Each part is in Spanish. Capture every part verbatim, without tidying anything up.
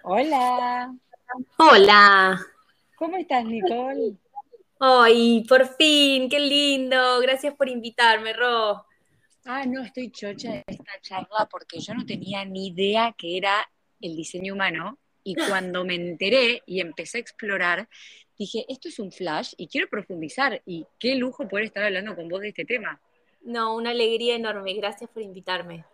Hola, Hola. ¿cómo estás, Nicole? Ay, por fin, qué lindo. Gracias por invitarme, Ro. Ah, no, estoy chocha de esta charla porque yo no tenía ni idea que era el diseño humano y cuando me enteré y empecé a explorar, dije, esto es un flash y quiero profundizar y qué lujo poder estar hablando con vos de este tema. No, una alegría enorme. Gracias por invitarme.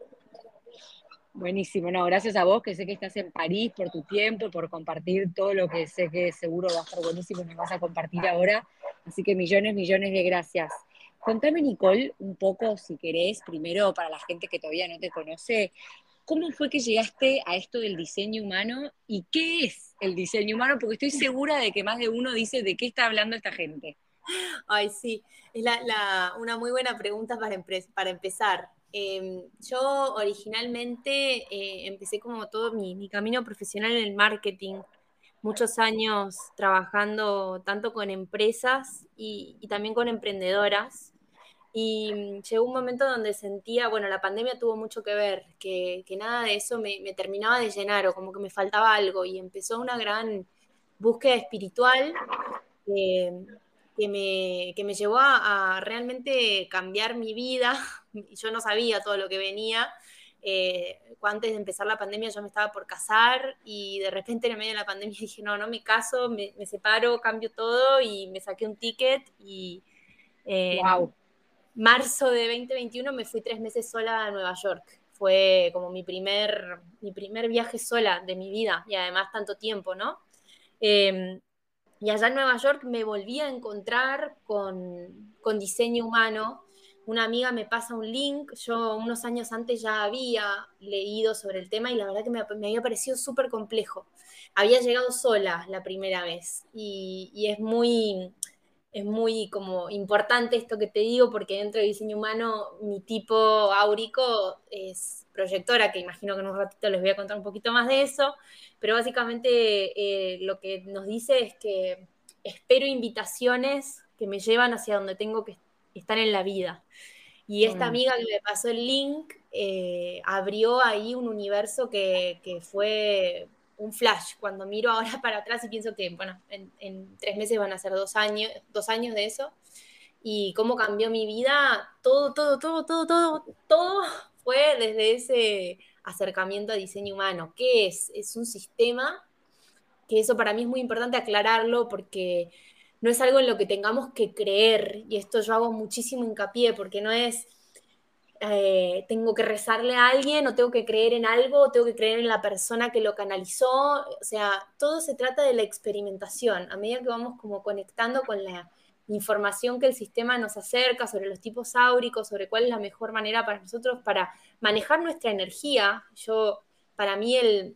Buenísimo, no, gracias a vos que sé que estás en París por tu tiempo, por compartir todo lo que sé que seguro va a estar buenísimo y nos vas a compartir ahora. Así que millones, millones de gracias. Contame, Nicole, un poco, si querés, primero para la gente que todavía no te conoce, ¿cómo fue que llegaste a esto del diseño humano y qué es el diseño humano? Porque estoy segura de que más de uno dice de qué está hablando esta gente. Ay, sí, es la, la- una muy buena pregunta para, empe- para empezar. Eh, yo originalmente eh, empecé como todo mi, mi camino profesional en el marketing, muchos años trabajando tanto con empresas y, y también con emprendedoras. Y mm, llegó un momento donde sentía, bueno, la pandemia tuvo mucho que ver, que, que nada de eso me, me terminaba de llenar o como que me faltaba algo y empezó una gran búsqueda espiritual que, que me, que me llevó a, a realmente cambiar mi vida. Y yo no sabía todo lo que venía. Eh, antes de empezar la pandemia yo me estaba por casar y de repente en el medio de la pandemia dije, no, no me caso, me, me separo, cambio todo y me saqué un ticket y Wow. en marzo de dos mil veintiuno me fui tres meses sola a Nueva York. Fue como mi primer, mi primer viaje sola de mi vida y además tanto tiempo, ¿no? Eh, y allá en Nueva York me volví a encontrar con, con diseño humano. Una amiga me pasa un link, yo unos años antes ya había leído sobre el tema y la verdad que me, me había parecido súper complejo. Había llegado sola la primera vez y, y es muy, es muy como importante esto que te digo porque dentro de diseño humano mi tipo áurico es proyectora, que imagino que en un ratito les voy a contar un poquito más de eso, pero básicamente eh, lo que nos dice es que espero invitaciones que me llevan hacia donde tengo que estar en la vida. Y esta Mm. amiga que me pasó el link eh, abrió ahí un universo que, que fue un flash. Cuando miro ahora para atrás y pienso que, bueno, en, en tres meses van a ser dos años, dos años de eso. Y cómo cambió mi vida, todo, todo, todo, todo, todo, todo fue desde ese acercamiento a diseño humano. ¿Qué es? Es un sistema que eso para mí es muy importante aclararlo porque no es algo en lo que tengamos que creer, y esto yo hago muchísimo hincapié, porque no es eh, tengo que rezarle a alguien o tengo que creer en algo o tengo que creer en la persona que lo canalizó, o sea, todo se trata de la experimentación, a medida que vamos como conectando con la información que el sistema nos acerca sobre los tipos áuricos, sobre cuál es la mejor manera para nosotros para manejar nuestra energía. Yo, para mí el,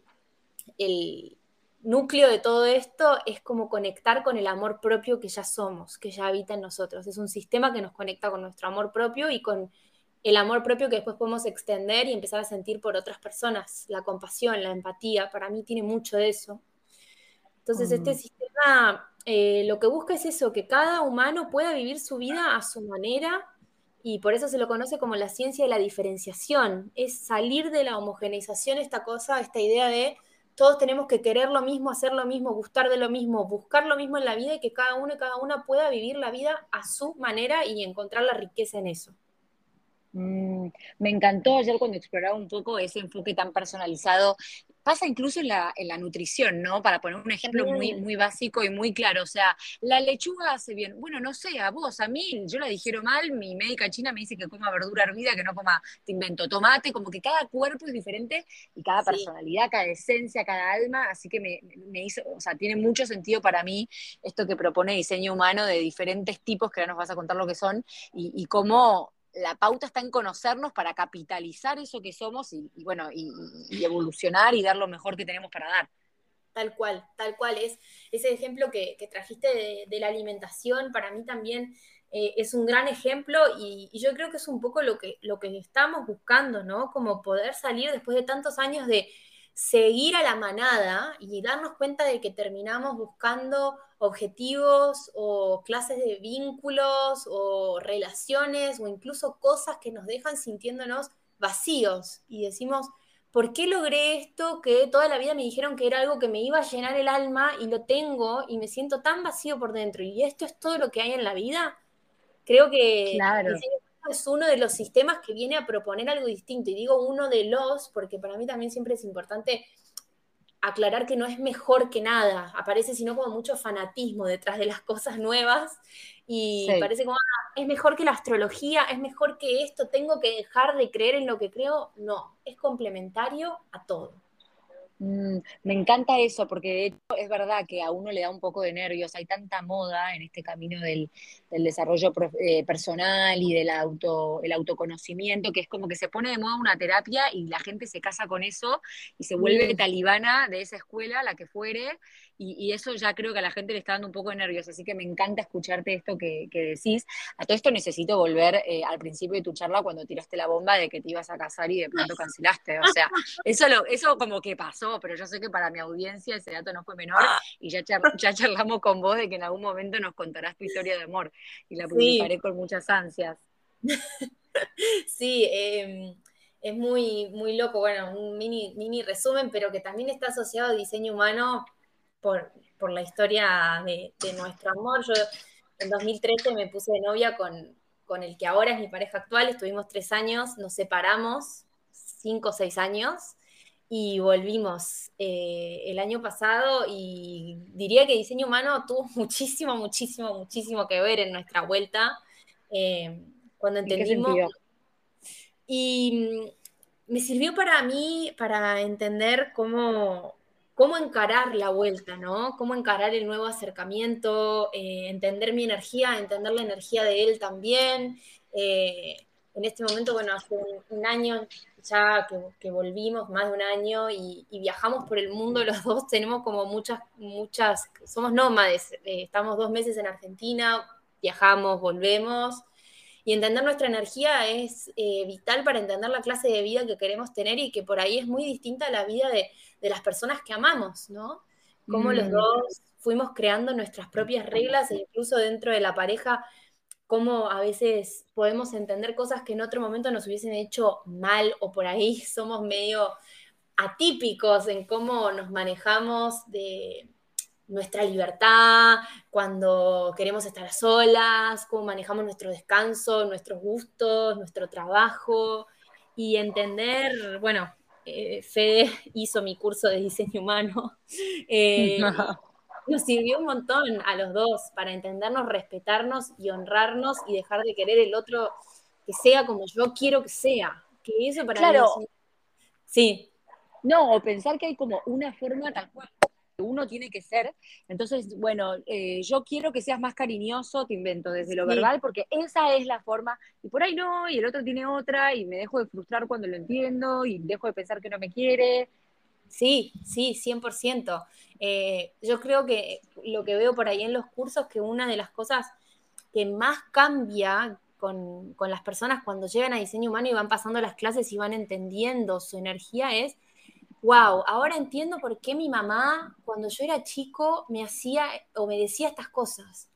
el núcleo de todo esto es como conectar con el amor propio que ya somos, que ya habita en nosotros. Es un sistema que nos conecta con nuestro amor propio y con el amor propio que después podemos extender y empezar a sentir por otras personas. La compasión, la empatía, para mí tiene mucho de eso. Entonces, este Mm. sistema eh, lo que busca es eso, que cada humano pueda vivir su vida a su manera y por eso se lo conoce como la ciencia de la diferenciación. Es salir de la homogeneización, esta cosa, esta idea de todos tenemos que querer lo mismo, hacer lo mismo, gustar de lo mismo, buscar lo mismo en la vida y que cada uno y cada una pueda vivir la vida a su manera y encontrar la riqueza en eso. Mm, me encantó ayer cuando exploraba un poco ese enfoque tan personalizado. Pasa incluso en la, en la nutrición, ¿no? Para poner un ejemplo muy, También, muy básico y muy claro. O sea, la lechuga hace bien. Bueno, no sé, a vos, a mí, yo la digiero mal, mi médica china me dice que coma verdura hervida, que no coma, te invento, tomate, como que cada cuerpo es diferente y cada sí. personalidad, cada esencia, cada alma. Así que me, me hizo, o sea, tiene mucho sentido para mí esto que propone diseño humano de diferentes tipos, que ahora nos vas a contar lo que son, y, y cómo la pauta está en conocernos para capitalizar eso que somos y, y bueno, y, y, evolucionar y dar lo mejor que tenemos para dar. Tal cual, tal cual. Es ese ejemplo que, que trajiste de, de, la alimentación, para mí también eh, es un gran ejemplo y, y, yo creo que es un poco lo que, lo que estamos buscando, ¿no? Como poder salir después de tantos años de seguir a la manada y darnos cuenta de que terminamos buscando objetivos o clases de vínculos o relaciones o incluso cosas que nos dejan sintiéndonos vacíos y decimos, ¿por qué logré esto que toda la vida me dijeron que era algo que me iba a llenar el alma y lo tengo y me siento tan vacío por dentro? ¿Y esto es todo lo que hay en la vida? Creo que Claro. diseño es uno de los sistemas que viene a proponer algo distinto. Y digo uno de los, porque para mí también siempre es importante aclarar que no es mejor que nada. Aparece sino como mucho fanatismo detrás de las cosas nuevas y Sí. parece como, ah, es mejor que la astrología, es mejor que esto, tengo que dejar de creer en lo que creo. No, es complementario a todo. Mm, me encanta eso, porque de hecho es verdad que a uno le da un poco de nervios. Hay tanta moda en este camino del, del desarrollo prof- eh, personal y del auto, el autoconocimiento, que es como que se pone de moda una terapia y la gente se casa con eso y se vuelve Mm. talibana de esa escuela, la que fuere, y, y eso ya creo que a la gente le está dando un poco de nervios. Así que me encanta escucharte esto que, que decís. A todo esto necesito volver eh, al principio de tu charla cuando tiraste la bomba de que te ibas a casar y de pronto cancelaste. O sea, eso, lo, eso como que pasó, pero yo sé que para mi audiencia ese dato no fue menor y ya, char, ya charlamos con vos de que en algún momento nos contarás tu historia de amor y la Sí, publicaré con muchas ansias. sí, eh, es muy, muy loco. Bueno, un mini, mini resumen, pero que también está asociado a diseño humano por, por la historia de, de nuestro amor. Yo en dos mil trece me puse de novia con, con el que ahora es mi pareja actual, estuvimos tres años, nos separamos cinco o seis años y volvimos eh, el año pasado y diría que diseño humano tuvo muchísimo, muchísimo, muchísimo que ver en nuestra vuelta. Eh, cuando ¿En qué entendimos sentido? y mm, me sirvió para mí, para entender cómo, cómo encarar la vuelta, ¿no? Cómo encarar el nuevo acercamiento, eh, entender mi energía, entender la energía de él también. Eh, en este momento, bueno, hace un, un año ya que, que, volvimos, más de un año, y, y, viajamos por el mundo los dos, tenemos como muchas, muchas, somos nómades, eh, estamos dos meses en Argentina, viajamos, volvemos, y entender nuestra energía es eh, vital para entender la clase de vida que queremos tener y que por ahí es muy distinta a la vida de, de las personas que amamos, ¿no? Cómo los Mm, dos fuimos creando nuestras propias reglas e incluso dentro de la pareja, cómo a veces podemos entender cosas que en otro momento nos hubiesen hecho mal o por ahí somos medio atípicos en cómo nos manejamos de nuestra libertad, cuando queremos estar solas, cómo manejamos nuestro descanso, nuestros gustos, nuestro trabajo y entender, bueno, eh, Fede hizo mi curso de diseño humano, eh, y nos sirvió un montón a los dos para entendernos, respetarnos y honrarnos y dejar de querer el otro que sea como yo quiero que sea, que eso para mí es claro, un... Sí, no, o pensar que hay como una forma tal cual que uno tiene que ser. Entonces, bueno, eh, yo quiero que seas más cariñoso, te invento, desde lo sí. verbal, porque esa es la forma, y por ahí no, y el otro tiene otra, y me dejo de frustrar cuando lo entiendo, y dejo de pensar que no me quiere. Sí, sí, cien por ciento. Eh, yo creo que lo que veo por ahí en los cursos, que una de las cosas que más cambia con, con las personas cuando llegan a diseño humano y van pasando las clases y van entendiendo su energía es, wow, ahora entiendo por qué mi mamá cuando yo era chico me hacía o me decía estas cosas.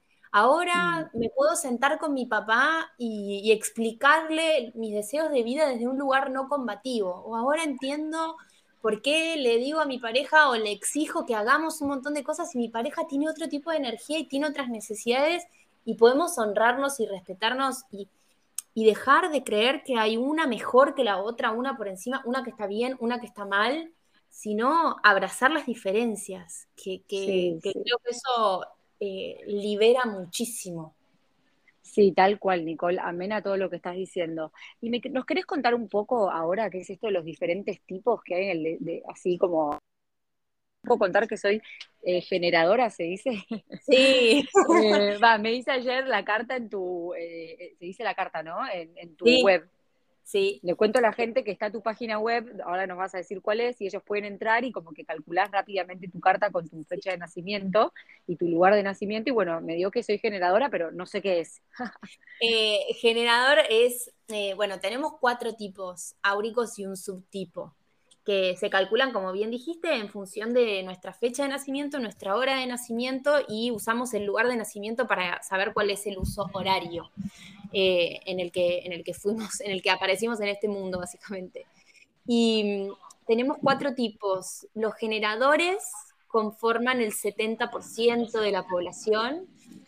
Mm, Ahora me puedo sentar con mi papá y, y explicarle mis deseos de vida desde un lugar no combativo. O ahora entiendo por qué le digo a mi pareja o le exijo que hagamos un montón de cosas si mi pareja tiene otro tipo de energía y tiene otras necesidades y podemos honrarnos y respetarnos y, y dejar de creer que hay una mejor que la otra, una por encima, una que está bien, una que está mal, sino abrazar las diferencias, que, que, sí, que sí. creo que eso eh, libera muchísimo. Sí, tal cual, Nicole. Amén a todo lo que estás diciendo. ¿Y me, nos querés contar un poco ahora qué es esto de los diferentes tipos que hay en el de, de- así como puedo contar que soy eh, generadora, se dice? Sí, Eh, va, me dice ayer la carta en tu, eh, eh, se dice la carta, ¿no? En, en tu sí, web. sí. Le cuento a la gente que está tu página web, ahora nos vas a decir cuál es, y ellos pueden entrar y como que calculás rápidamente tu carta con tu fecha de nacimiento y tu lugar de nacimiento, y bueno, me dio que soy generadora, pero no sé qué es. Eh, generador es, eh, bueno, tenemos cuatro tipos áuricos y un subtipo, que se calculan, como bien dijiste, en función de nuestra fecha de nacimiento, nuestra hora de nacimiento y usamos el lugar de nacimiento para saber cuál es el uso horario eh, en, el que, en el que fuimos, en el que aparecimos en este mundo, básicamente. Y mm, tenemos cuatro tipos. Los generadores conforman el setenta por ciento de la población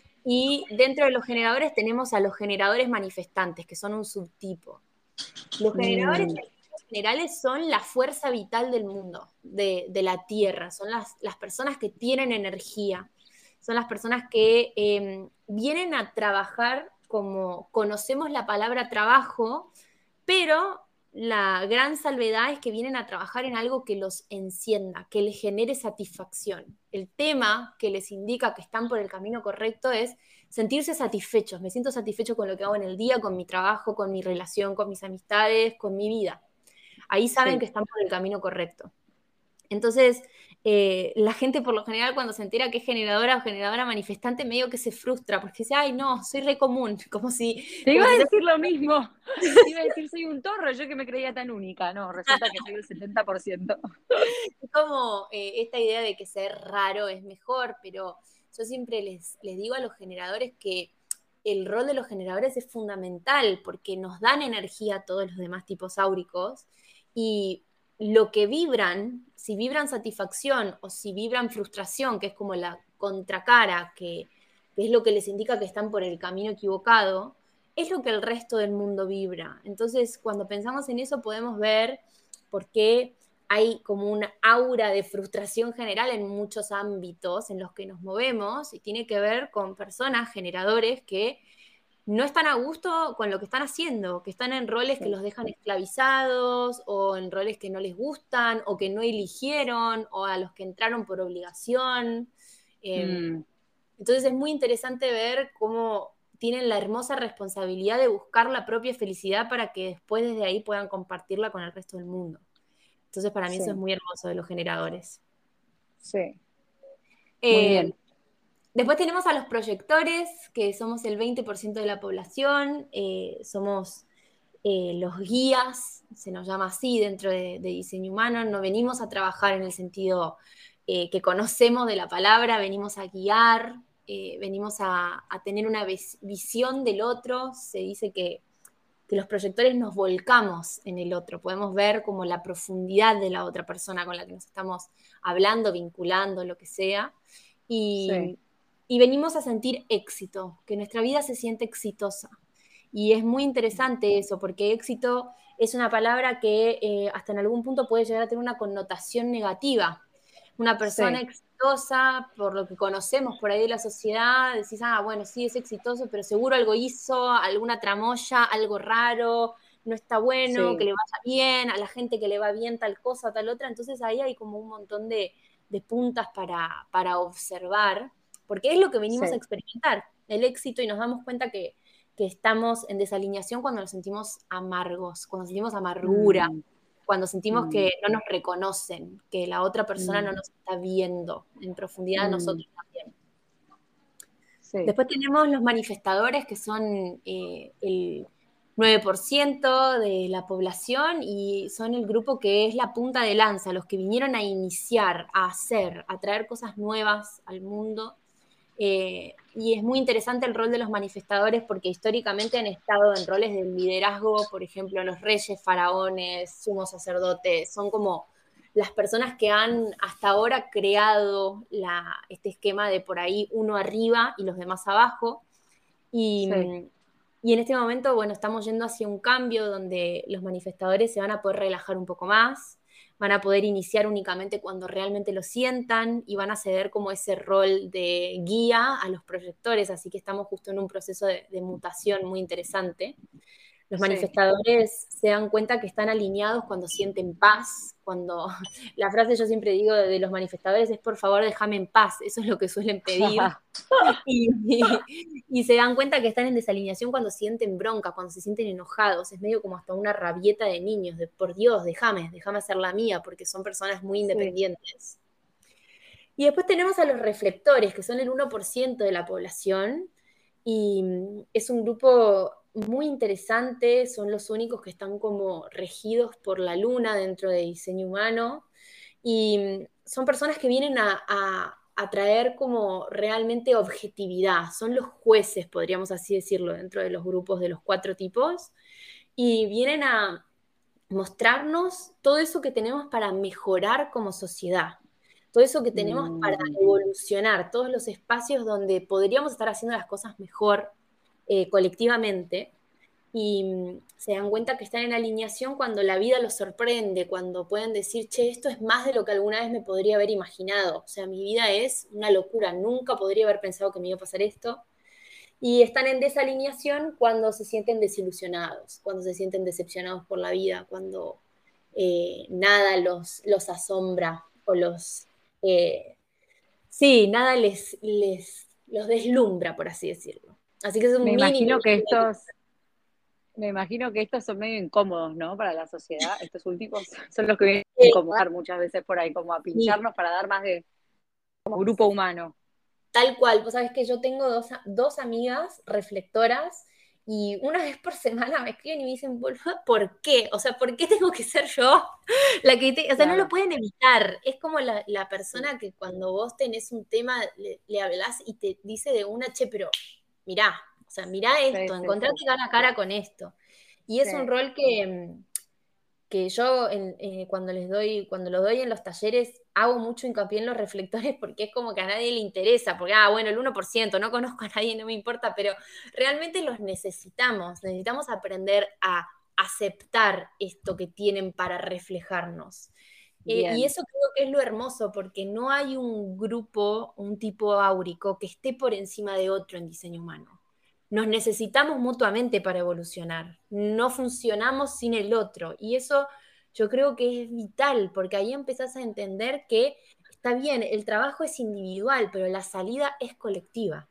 y dentro de los generadores tenemos a los generadores manifestantes, que son un subtipo. Los generadores Mm, generales son la fuerza vital del mundo, de, de la Tierra, son las, las, personas que tienen energía, son las personas que eh, vienen a trabajar como conocemos la palabra trabajo, pero la gran salvedad es que vienen a trabajar en algo que los encienda, que les genere satisfacción. El tema que les indica que están por el camino correcto es sentirse satisfechos. Me siento satisfecho con lo que hago en el día, con mi trabajo, con mi relación, con mis amistades, con mi vida. Ahí saben sí. que están por el camino correcto. Entonces, eh, la gente por lo general cuando se entera que es generadora o generadora manifestante medio que se frustra porque dice, ay no, soy re común, como si... Te iba Como si a decir lo mismo. Te iba a decir, soy un torro, yo que me creía tan única. No, resulta que soy el setenta por ciento. Es como eh, esta idea de que ser raro es mejor, pero yo siempre les, les digo a los generadores que el rol de los generadores es fundamental porque nos dan energía a todos los demás tipos áuricos y lo que vibran, si vibran satisfacción o si vibran frustración, que es como la contracara, que, que es lo que les indica que están por el camino equivocado, es lo que el resto del mundo vibra. Entonces, cuando pensamos en eso podemos ver por qué hay como una aura de frustración general en muchos ámbitos en los que nos movemos y tiene que ver con personas, generadores que no están a gusto con lo que están haciendo, que están en roles que Sí. los dejan esclavizados o en roles que no les gustan o que no eligieron o a los que entraron por obligación. Eh, Mm, entonces es muy interesante ver cómo tienen la hermosa responsabilidad de buscar la propia felicidad para que después desde ahí puedan compartirla con el resto del mundo. Entonces, para mí eso es sí, muy hermoso de los generadores. sí. Muy Eh, bien. Después tenemos a los proyectores, que somos el veinte por ciento de la población, eh, somos eh, los guías, se nos llama así dentro de, de diseño humano, no venimos a trabajar en el sentido eh, que conocemos de la palabra, venimos a guiar, eh, venimos a, a tener una vis- visión del otro, se dice que que los proyectores nos volcamos en el otro, podemos ver como la profundidad de la otra persona con la que nos estamos hablando, vinculando, lo que sea, Sí, y, y venimos a sentir éxito, que nuestra vida se siente exitosa. Y es muy interesante eso, porque éxito es una palabra que eh, hasta en algún punto puede llegar a tener una connotación negativa. Una persona sí, exitosa, por lo que conocemos por ahí de la sociedad, decís, ah, bueno, sí es exitoso, pero seguro algo hizo, alguna tramoya, algo raro, no está bueno, que sí, le vaya bien, a la gente que le va bien tal cosa, tal otra. Entonces ahí hay como un montón de, de puntas para, para observar, porque es lo que venimos a sí. experimentar, el éxito, y nos damos cuenta que, que estamos en desalineación cuando nos sentimos amargos, cuando sentimos amargura, Mm, cuando sentimos mm, que no nos reconocen, que la otra persona no mm, nos está viendo en profundidad, mm, nosotros también. sí, Después tenemos los manifestadores, que son eh, el nueve por ciento de la población y son el grupo que es la punta de lanza, los que vinieron a iniciar, a hacer, a traer cosas nuevas al mundo. Eh, y es muy interesante el rol de los manifestadores porque históricamente han estado en roles de liderazgo, por ejemplo, los reyes, faraones, sumos sacerdotes, son como las personas que han hasta ahora creado la, este esquema de por ahí uno arriba y los demás abajo. Y, sí, y en este momento, bueno, estamos yendo hacia un cambio donde los manifestadores se van a poder relajar un poco más, van a poder iniciar únicamente cuando realmente lo sientan y van a ceder como ese rol de guía a los proyectores, así que estamos justo en un proceso de, de mutación muy interesante. Los sí. manifestadores se dan cuenta que están alineados cuando sienten paz, cuando la frase yo siempre digo de los manifestadores es por favor déjame en paz, eso es lo que suelen pedir. Y, y, y, se dan cuenta que están en desalineación cuando sienten bronca, cuando se sienten enojados. Es medio como hasta una rabieta de niños, de por Dios, déjame, déjame hacer la mía, porque son personas muy Sí, independientes. Y después tenemos a los reflectores, que son el uno por ciento de la población, y es un grupo muy interesante, son los únicos que están como regidos por la luna dentro de diseño humano, y son personas que vienen a, a, a traer como realmente objetividad, son los jueces, podríamos así decirlo, dentro de los grupos de los cuatro tipos, y vienen a mostrarnos todo eso que tenemos para mejorar como sociedad, todo eso que tenemos para Mm, evolucionar, todos los espacios donde podríamos estar haciendo las cosas mejor eh, colectivamente y mm, se dan cuenta que están en alineación cuando la vida los sorprende, cuando pueden decir, che, esto es más de lo que alguna vez me podría haber imaginado, o sea, mi vida es una locura, nunca podría haber pensado que me iba a pasar esto. Y están en desalineación cuando se sienten desilusionados, cuando se sienten decepcionados por la vida, cuando eh, nada los, los asombra o los... eh, sí, nada les, les los deslumbra, por así decirlo. Así que es me un mini, imagino mini, que mini. estos, me imagino que estos son medio incómodos, ¿no? Para la sociedad. Estos últimos son los que vienen a eh, incomodar muchas veces por ahí, como a sí, pincharnos para dar más de como grupo humano. tal cual. Vos sabés que yo tengo dos, dos amigas reflectoras y una vez por semana me escriben y me dicen, boludo, ¿por qué? O sea, ¿por qué tengo que ser yo la que te... O sea, no lo Claro, pueden evitar. Es como la, la sí, persona que cuando vos tenés un tema, le, le hablás y te dice de una, che, pero mirá, o sea, mirá sí, esto, sí, sí, encontrate cara a cara con esto. Y es un sí. rol que, mm, que yo en- eh, cuando les doy, cuando lo doy en los talleres, hago mucho hincapié en los reflectores porque es como que a nadie le interesa, porque, ah, bueno, el uno por ciento no conozco a nadie, no me importa, pero realmente los necesitamos, necesitamos aprender a aceptar esto que tienen para reflejarnos. Eh, y Bien. eso creo que es lo hermoso, porque no hay un grupo, un tipo áurico que esté por encima de otro en diseño humano. Nos necesitamos mutuamente para evolucionar. No funcionamos sin el otro. Y eso yo creo que es vital, porque ahí empezás a entender que está bien, el trabajo es individual, pero la salida es colectiva.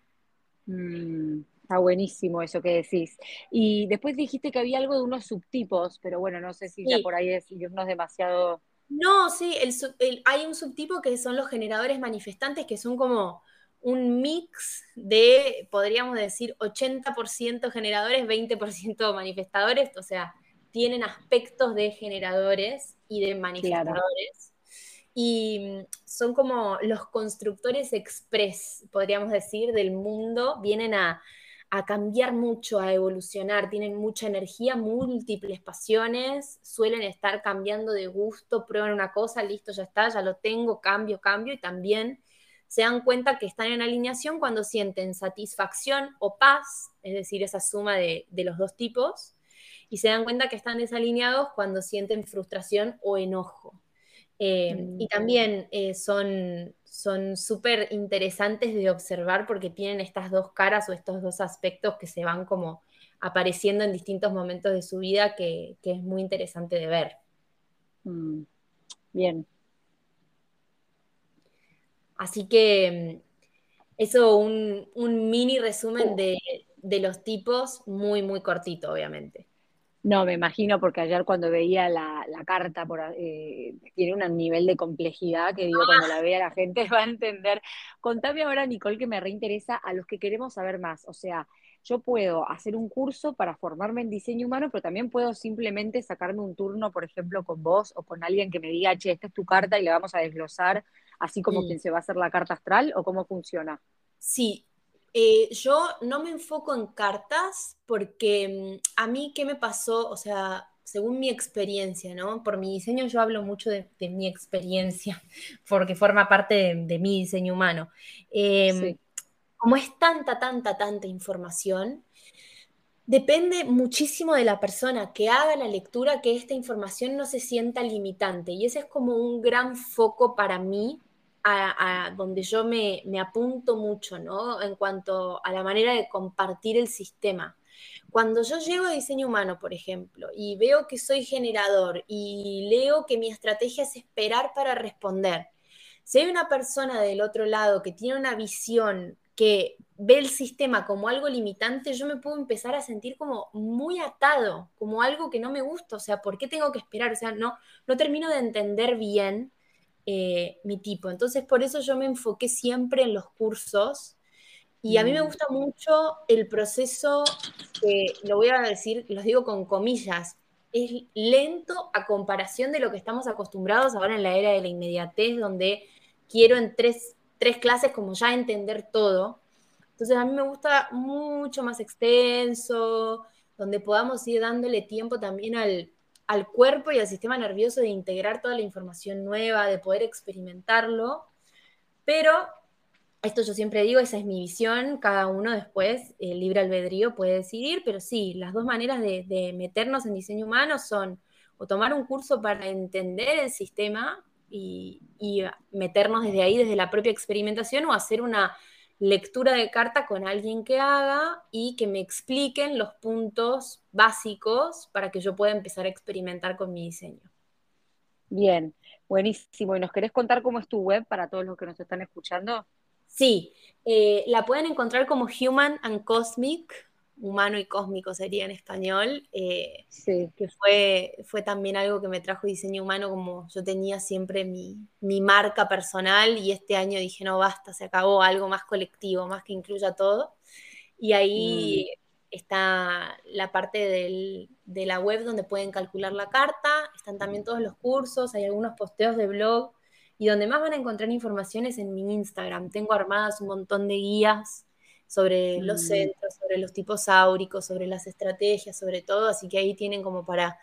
Mm, está buenísimo eso que decís. Y después dijiste que había algo de unos subtipos, pero bueno, no sé si ya Sí, por ahí es irnos demasiado. no, sí, el sub- el- hay un subtipo que son los generadores manifestantes, que son como un mix de, podríamos decir, ochenta por ciento generadores, veinte por ciento manifestadores, o sea, tienen aspectos de generadores y de Claro. manifestadores. Y mm, son como los constructores express, podríamos decir, del mundo, vienen a, a cambiar mucho, a evolucionar, tienen mucha energía, múltiples pasiones, suelen estar cambiando de gusto, prueban una cosa, listo, ya está, ya lo tengo, cambio, cambio, y también se dan cuenta que están en alineación cuando sienten satisfacción o paz, es decir, esa suma de, de los dos tipos, y se dan cuenta que están desalineados cuando sienten frustración o enojo. Eh, Mm, y también eh, son son súper interesantes de observar porque tienen estas dos caras o estos dos aspectos que se van como apareciendo en distintos momentos de su vida que, que es muy interesante de ver. mm, bien. Así que mm, eso, un, un mini resumen de, de los tipos, muy, muy cortito, obviamente. No, me imagino, porque ayer cuando veía la, la carta, por, eh, tiene un nivel de complejidad que digo, cuando la vea la gente va a entender. Contame ahora, Nicole, que me reinteresa a los que queremos saber más. O sea, yo puedo hacer un curso para formarme en diseño humano, pero también puedo simplemente sacarme un turno, por ejemplo, con vos o con alguien que me diga, che, esta es tu carta y la vamos a desglosar, así como Mm. quien se va a hacer la carta astral, o cómo funciona. Sí, eh, yo no me enfoco en cartas porque mm, a mí, ¿qué me pasó? O sea, según mi experiencia, ¿no? Por mi diseño yo hablo mucho de, de mi experiencia, porque forma parte de, de mi diseño humano. Eh, Sí. como es tanta, tanta, tanta información, depende muchísimo de la persona que haga la lectura, que esta información no se sienta limitante. Y ese es como un gran foco para mí, a, a donde yo me, me apunto mucho, ¿no? En cuanto a la manera de compartir el sistema. Cuando yo llego a diseño humano, por ejemplo, y veo que soy generador y leo que mi estrategia es esperar para responder, si hay una persona del otro lado que tiene una visión que ve el sistema como algo limitante, yo me puedo empezar a sentir como muy atado, como algo que no me gusta. O sea, ¿por qué tengo que esperar? O sea, no, no termino de entender bien eh, mi tipo. Entonces, por eso yo me enfoqué siempre en los cursos y a mí me Mm, gusta mucho el proceso, que lo voy a decir, los digo con comillas, es lento a comparación de lo que estamos acostumbrados ahora en la era de la inmediatez, donde quiero en tres, tres clases como ya entender todo. Entonces a mí me gusta mucho más extenso, donde podamos ir dándole tiempo también al, al cuerpo y al sistema nervioso de integrar toda la información nueva, de poder experimentarlo, pero esto yo siempre digo, esa es mi visión, cada uno después, el libre albedrío puede decidir, pero sí, las dos maneras de, de meternos en diseño humano son o tomar un curso para entender el sistema y, y meternos desde ahí, desde la propia experimentación, o hacer una lectura de carta con alguien que haga y que me expliquen los puntos básicos para que yo pueda empezar a experimentar con mi diseño. Bien, buenísimo. ¿Y nos querés contar cómo es tu web para todos los que nos están escuchando? Sí, eh, la pueden encontrar como Human and Cosmic, humano y cósmico sería en español, eh, Sí. que fue, fue también algo que me trajo diseño humano, como yo tenía siempre mi, mi marca personal y este año dije, no, basta, se acabó, algo más colectivo, más que incluya todo. Y Mm, ahí está la parte del, de la web donde pueden calcular la carta, están también todos los cursos, hay algunos posteos de blog, y donde más van a encontrar información es en mi Instagram. Tengo armadas un montón de guías sobre los mm. centros, sobre los tipos áuricos, sobre las estrategias, sobre todo, así que ahí tienen como para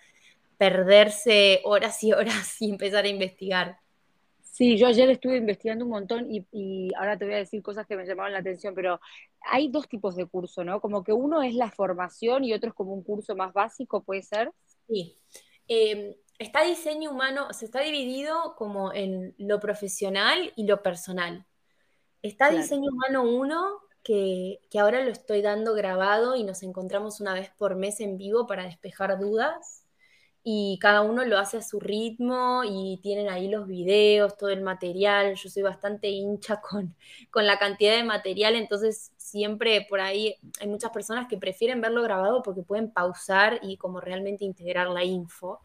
perderse horas y horas y empezar a investigar. Sí, yo ayer estuve investigando un montón y, y ahora te voy a decir cosas que me llamaron la atención, pero hay dos tipos de curso, ¿no? Como que uno es la formación y otro es como un curso más básico, ¿puede ser? Sí. Eh, está diseño humano, se está dividido como en lo profesional y lo personal. Está Claro. diseño humano uno que, que ahora lo estoy dando grabado y nos encontramos una vez por mes en vivo para despejar dudas. Y cada uno lo hace a su ritmo y tienen ahí los videos, todo el material. Yo soy bastante hincha con, con la cantidad de material, entonces siempre por ahí hay muchas personas que prefieren verlo grabado porque pueden pausar y como realmente integrar la info.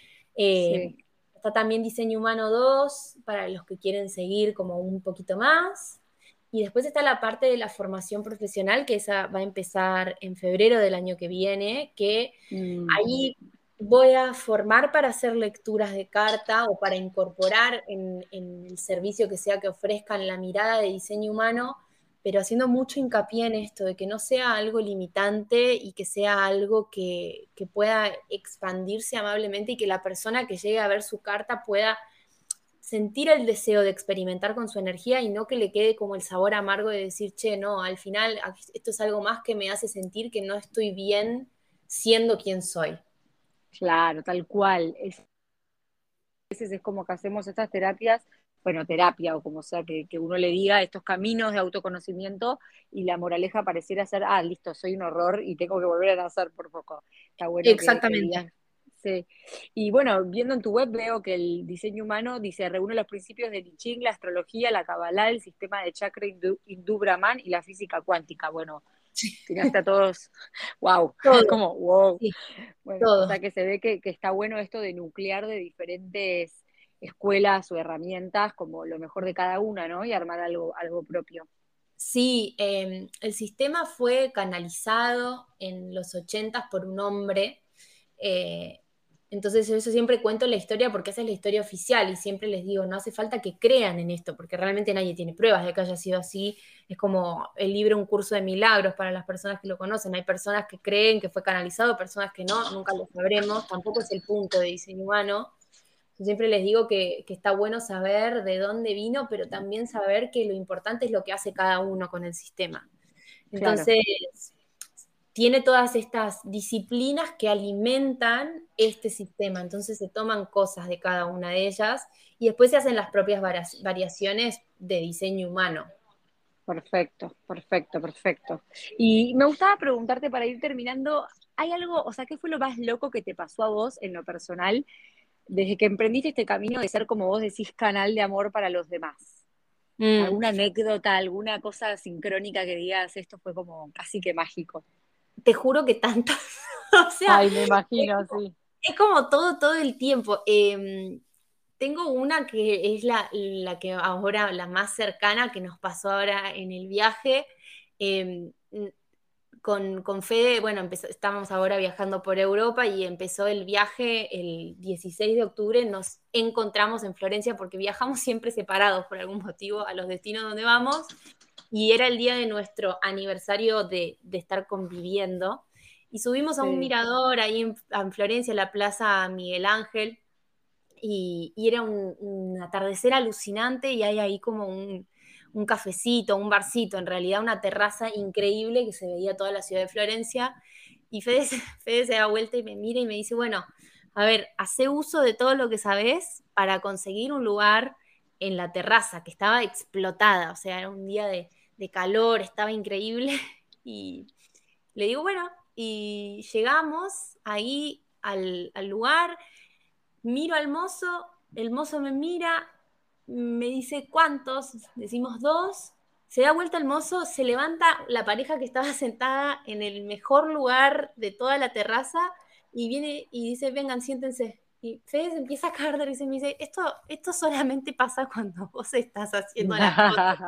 Eh, Sí. Está también Diseño Humano dos para los que quieren seguir como un poquito más. Y después está la parte de la formación profesional, que esa va a empezar en febrero del año que viene, que Mm, ahí voy a formar para hacer lecturas de carta o para incorporar en, en el servicio que sea que ofrezcan la mirada de diseño humano, pero haciendo mucho hincapié en esto, de que no sea algo limitante y que sea algo que, que pueda expandirse amablemente y que la persona que llegue a ver su carta pueda sentir el deseo de experimentar con su energía y no que le quede como el sabor amargo de decir, che, no, al final esto es algo más que me hace sentir que no estoy bien siendo quien soy. claro, tal cual. Es, a veces es como que hacemos estas terapias, bueno, terapia o como sea que, que uno le diga, estos caminos de autoconocimiento y la moraleja pareciera ser, ah, listo, soy un horror y tengo que volver a nacer por poco. Está bueno que, que Exactamente. digas. Sí. Y bueno, viendo en tu web veo que el diseño humano dice reúne los principios del I Ching, la astrología, la Kabbalah, el sistema de chakra hindú, hindú Brahman y la física cuántica. Bueno, tiraste a todos, wow, es Todo, como wow. sí, Bueno, o todo. sea que se ve que, que está bueno esto de nuclear de diferentes escuelas o herramientas como lo mejor de cada una, ¿no? Y armar algo, algo propio. Sí, eh, el sistema fue canalizado en los ochentas por un hombre. eh, entonces, yo siempre cuento la historia porque esa es la historia oficial y siempre les digo, no hace falta que crean en esto, porque realmente nadie tiene pruebas de que haya sido así. Es como el libro Un curso de milagros para las personas que lo conocen. Hay personas que creen que fue canalizado, personas que no, nunca lo sabremos. Tampoco es el punto de diseño humano. Yo siempre les digo que, que, está bueno saber de dónde vino, pero también saber que lo importante es lo que hace cada uno con el sistema. Claro, Entonces, tiene todas estas disciplinas que alimentan este sistema. Entonces se toman cosas de cada una de ellas y después se hacen las propias variaciones de diseño humano. perfecto, perfecto, perfecto. Y me gustaba preguntarte para ir terminando, ¿hay algo, o sea, qué fue lo más loco que te pasó a vos en lo personal desde que emprendiste este camino de ser, como vos decís, canal de amor para los demás? Mm, ¿Alguna anécdota, alguna cosa sincrónica que digas, esto fue como casi que mágico? te juro que tantas. O sea, Ay, me imagino, sí. es como todo, todo el tiempo. Eh, tengo una que es la, la que ahora, la más cercana que nos pasó ahora en el viaje. Eh, con, con Fede, bueno, empezó, estamos ahora viajando por Europa y empezó el viaje el dieciséis de octubre. Nos encontramos en Florencia porque viajamos siempre separados por algún motivo a los destinos donde vamos y era el día de nuestro aniversario de, de estar conviviendo. Y subimos a un Sí, mirador ahí en, en Florencia, la Plaza Miguel Ángel, y, y era un, un atardecer alucinante y hay ahí como un, un cafecito, un barcito, en realidad una terraza increíble que se veía toda la ciudad de Florencia. Y Fede, se- Fede se da vuelta y me mira y me dice, bueno, a ver, hace uso de todo lo que sabes para conseguir un lugar en la terraza, que estaba explotada, o sea, era un día de, de calor, estaba increíble. Y le digo, bueno, y llegamos ahí al, al lugar, miro al mozo, el mozo me mira, me dice cuántos, decimos dos, se da vuelta el mozo, se levanta la pareja que estaba sentada en el mejor lugar de toda la terraza y viene y dice, vengan, siéntense. Y Fede se empieza a caer de risa y me dice, esto, esto solamente pasa cuando vos estás haciendo las fotos.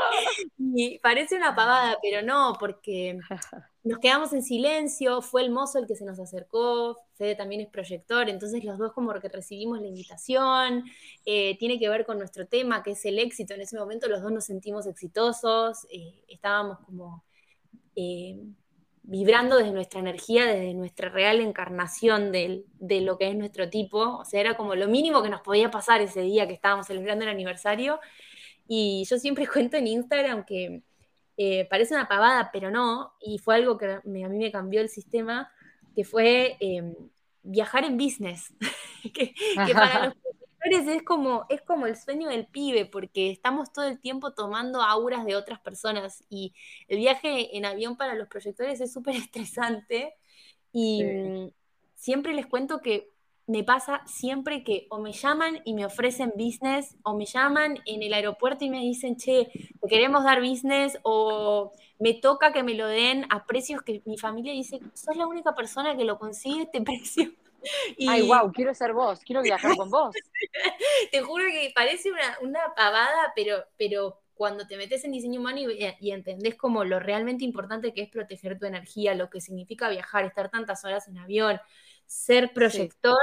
Y parece una pavada, pero no, porque nos quedamos en silencio, fue el mozo el que se nos acercó, Fede también es proyector, entonces los dos como que recibimos la invitación, eh, tiene que ver con nuestro tema, que es el éxito. En ese momento los dos nos sentimos exitosos, eh, estábamos como eh, vibrando desde nuestra energía, desde nuestra real encarnación de, de lo que es nuestro tipo, o sea, era como lo mínimo que nos podía pasar ese día que estábamos celebrando el aniversario. Y yo siempre cuento en Instagram que eh, parece una pavada, pero no, y fue algo que me- a mí me cambió el sistema, que fue eh, viajar en business, que, que para los profesores es como, es como el sueño del pibe, porque estamos todo el tiempo tomando auras de otras personas, y el viaje en avión para los proyectores es súper estresante, y sí. mm, siempre les cuento que me pasa siempre que o me llaman y me ofrecen business, o me llaman en el aeropuerto y me dicen, che, te queremos dar business, o me toca que me lo den a precios que mi familia dice, sos la única persona que lo consigue este precio. Ay, Y wow, quiero ser vos, quiero viajar con vos. te juro que parece una, una pavada, pero, pero cuando te metes en diseño humano y, y entendés como lo realmente importante que es proteger tu energía, lo que significa viajar, estar tantas horas en avión, ser Sí, proyector,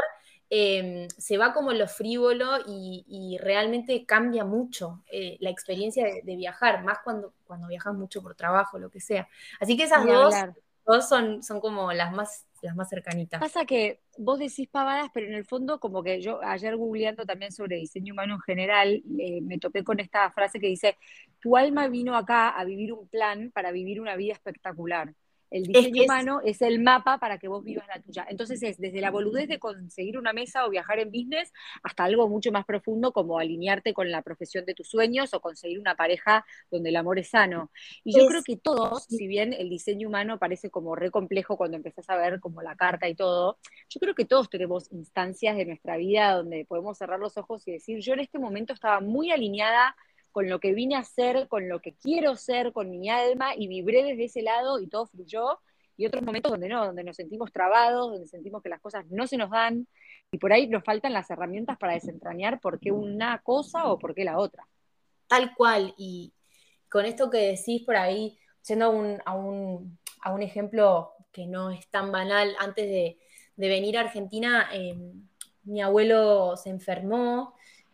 eh, se va como lo frívolo y, y realmente cambia mucho eh, la experiencia de, de, viajar, más cuando, cuando viajas mucho por trabajo, lo que sea. Así que esas ni dos, hablar. dos son, son como las más, las más cercanitas. Pasa que vos decís pavadas, pero en el fondo, como que yo ayer googleando también sobre diseño humano en general, eh, me topé con esta frase que dice, tu alma vino acá a vivir un plan para vivir una vida espectacular. El Es diseño que es humano es el mapa para que vos vivas la tuya. Entonces es desde la boludez de conseguir una mesa o viajar en business hasta algo mucho más profundo como alinearte con la profesión de tus sueños o conseguir una pareja donde el amor es sano. Y yo creo es que todos, si bien el diseño humano parece como re complejo cuando empezás a ver como la carta y todo, yo creo que todos tenemos instancias de nuestra vida donde podemos cerrar los ojos y decir, yo en este momento estaba muy alineada con lo que vine a ser, con lo que quiero ser, con mi alma, y vibré desde ese lado y todo fluyó. Y otros momentos donde no, donde nos sentimos trabados, donde sentimos que las cosas no se nos dan, y por ahí nos faltan las herramientas para desentrañar por qué una cosa o por qué la otra. tal cual. Y con esto que decís por ahí, yendo a un, a un, a un ejemplo que no es tan banal, antes de, de venir a Argentina, eh, mi abuelo se enfermó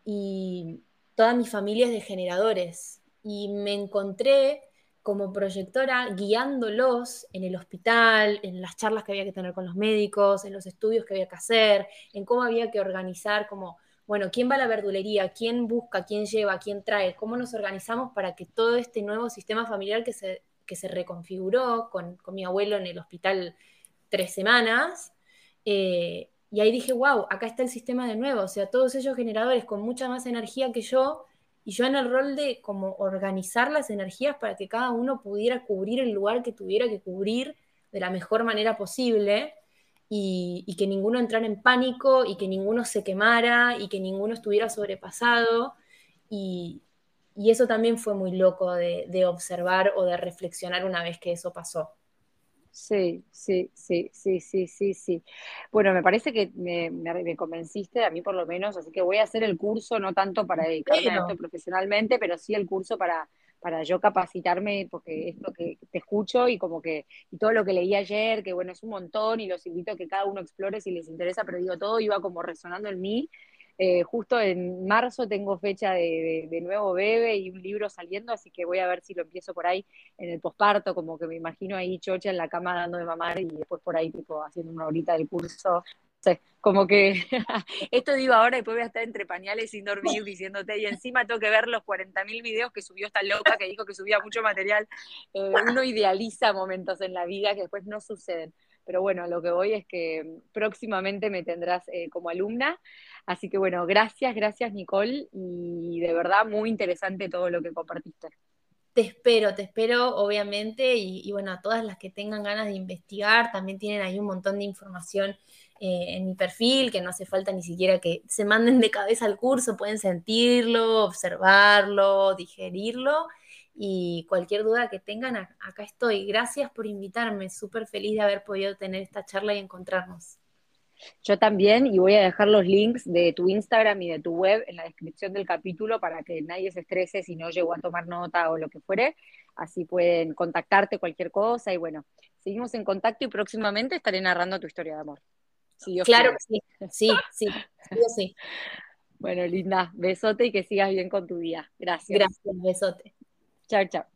y toda mi familia es de generadores. Y me encontré como proyectora guiándolos en el hospital, en las charlas que había que tener con los médicos, en los estudios que había que hacer, en cómo había que organizar como bueno, ¿quién va a la verdulería? ¿Quién busca? ¿Quién lleva? ¿Quién trae? ¿Cómo nos organizamos para que todo este nuevo sistema familiar que se, que se reconfiguró con, con mi abuelo en el hospital tres semanas? Eh, y ahí dije, wow, acá está el sistema de nuevo, o sea, todos ellos generadores con mucha más energía que yo, y yo en el rol de como organizar las energías para que cada uno pudiera cubrir el lugar que tuviera que cubrir de la mejor manera posible y, y, que ninguno entrara en pánico y que ninguno se quemara y que ninguno estuviera sobrepasado. Y, y eso también fue muy loco de, de, observar o de reflexionar una vez que eso pasó. Sí, sí, sí, sí, sí, sí, sí. Bueno, me parece que me, me- me convenciste, a mí por lo menos, así que voy a hacer el curso, no tanto para dedicarme a esto Pero profesionalmente, pero sí el curso para, para yo capacitarme, porque es lo que te escucho y como que, y todo lo que leí ayer, que bueno, es un montón y los invito a que cada uno explore si les interesa, pero digo, todo iba como resonando en mí. Eh, justo en marzo tengo fecha de, de, de nuevo bebé y un libro saliendo, así que voy a ver si lo empiezo por ahí en el posparto, como que me imagino ahí chocha en la cama dando de mamar y después por ahí tipo haciendo una horita del curso. No sé, como que esto digo ahora y después voy a estar entre pañales sin dormir diciéndote y encima tengo que ver los cuarenta mil videos que subió esta loca que dijo que subía mucho material. Eh, uno idealiza momentos en la vida que después no suceden. Pero bueno, lo que voy es que próximamente me tendrás eh, como alumna. Así que bueno, gracias, gracias Nicole y de verdad muy interesante todo lo que compartiste. Te espero, te espero, obviamente, y, y bueno, a todas las que tengan ganas de investigar, también tienen ahí un montón de información eh, en mi perfil, que no hace falta ni siquiera que se manden de cabeza al curso, pueden sentirlo, observarlo, digerirlo, y cualquier duda que tengan, a- acá estoy. Gracias por invitarme, súper feliz de haber podido tener esta charla y encontrarnos. Yo también, y voy a dejar los links de tu Instagram y de tu web en la descripción del capítulo para que nadie se estrese si no llegó a tomar nota o lo que fuere. Así pueden contactarte cualquier cosa y bueno, seguimos en contacto y próximamente estaré narrando tu historia de amor, si Dios Claro quiere. que sí, sí, sí, sí, o sí. Bueno, linda, besote y que sigas bien con tu día. Gracias. Gracias, besote. Chao, chao.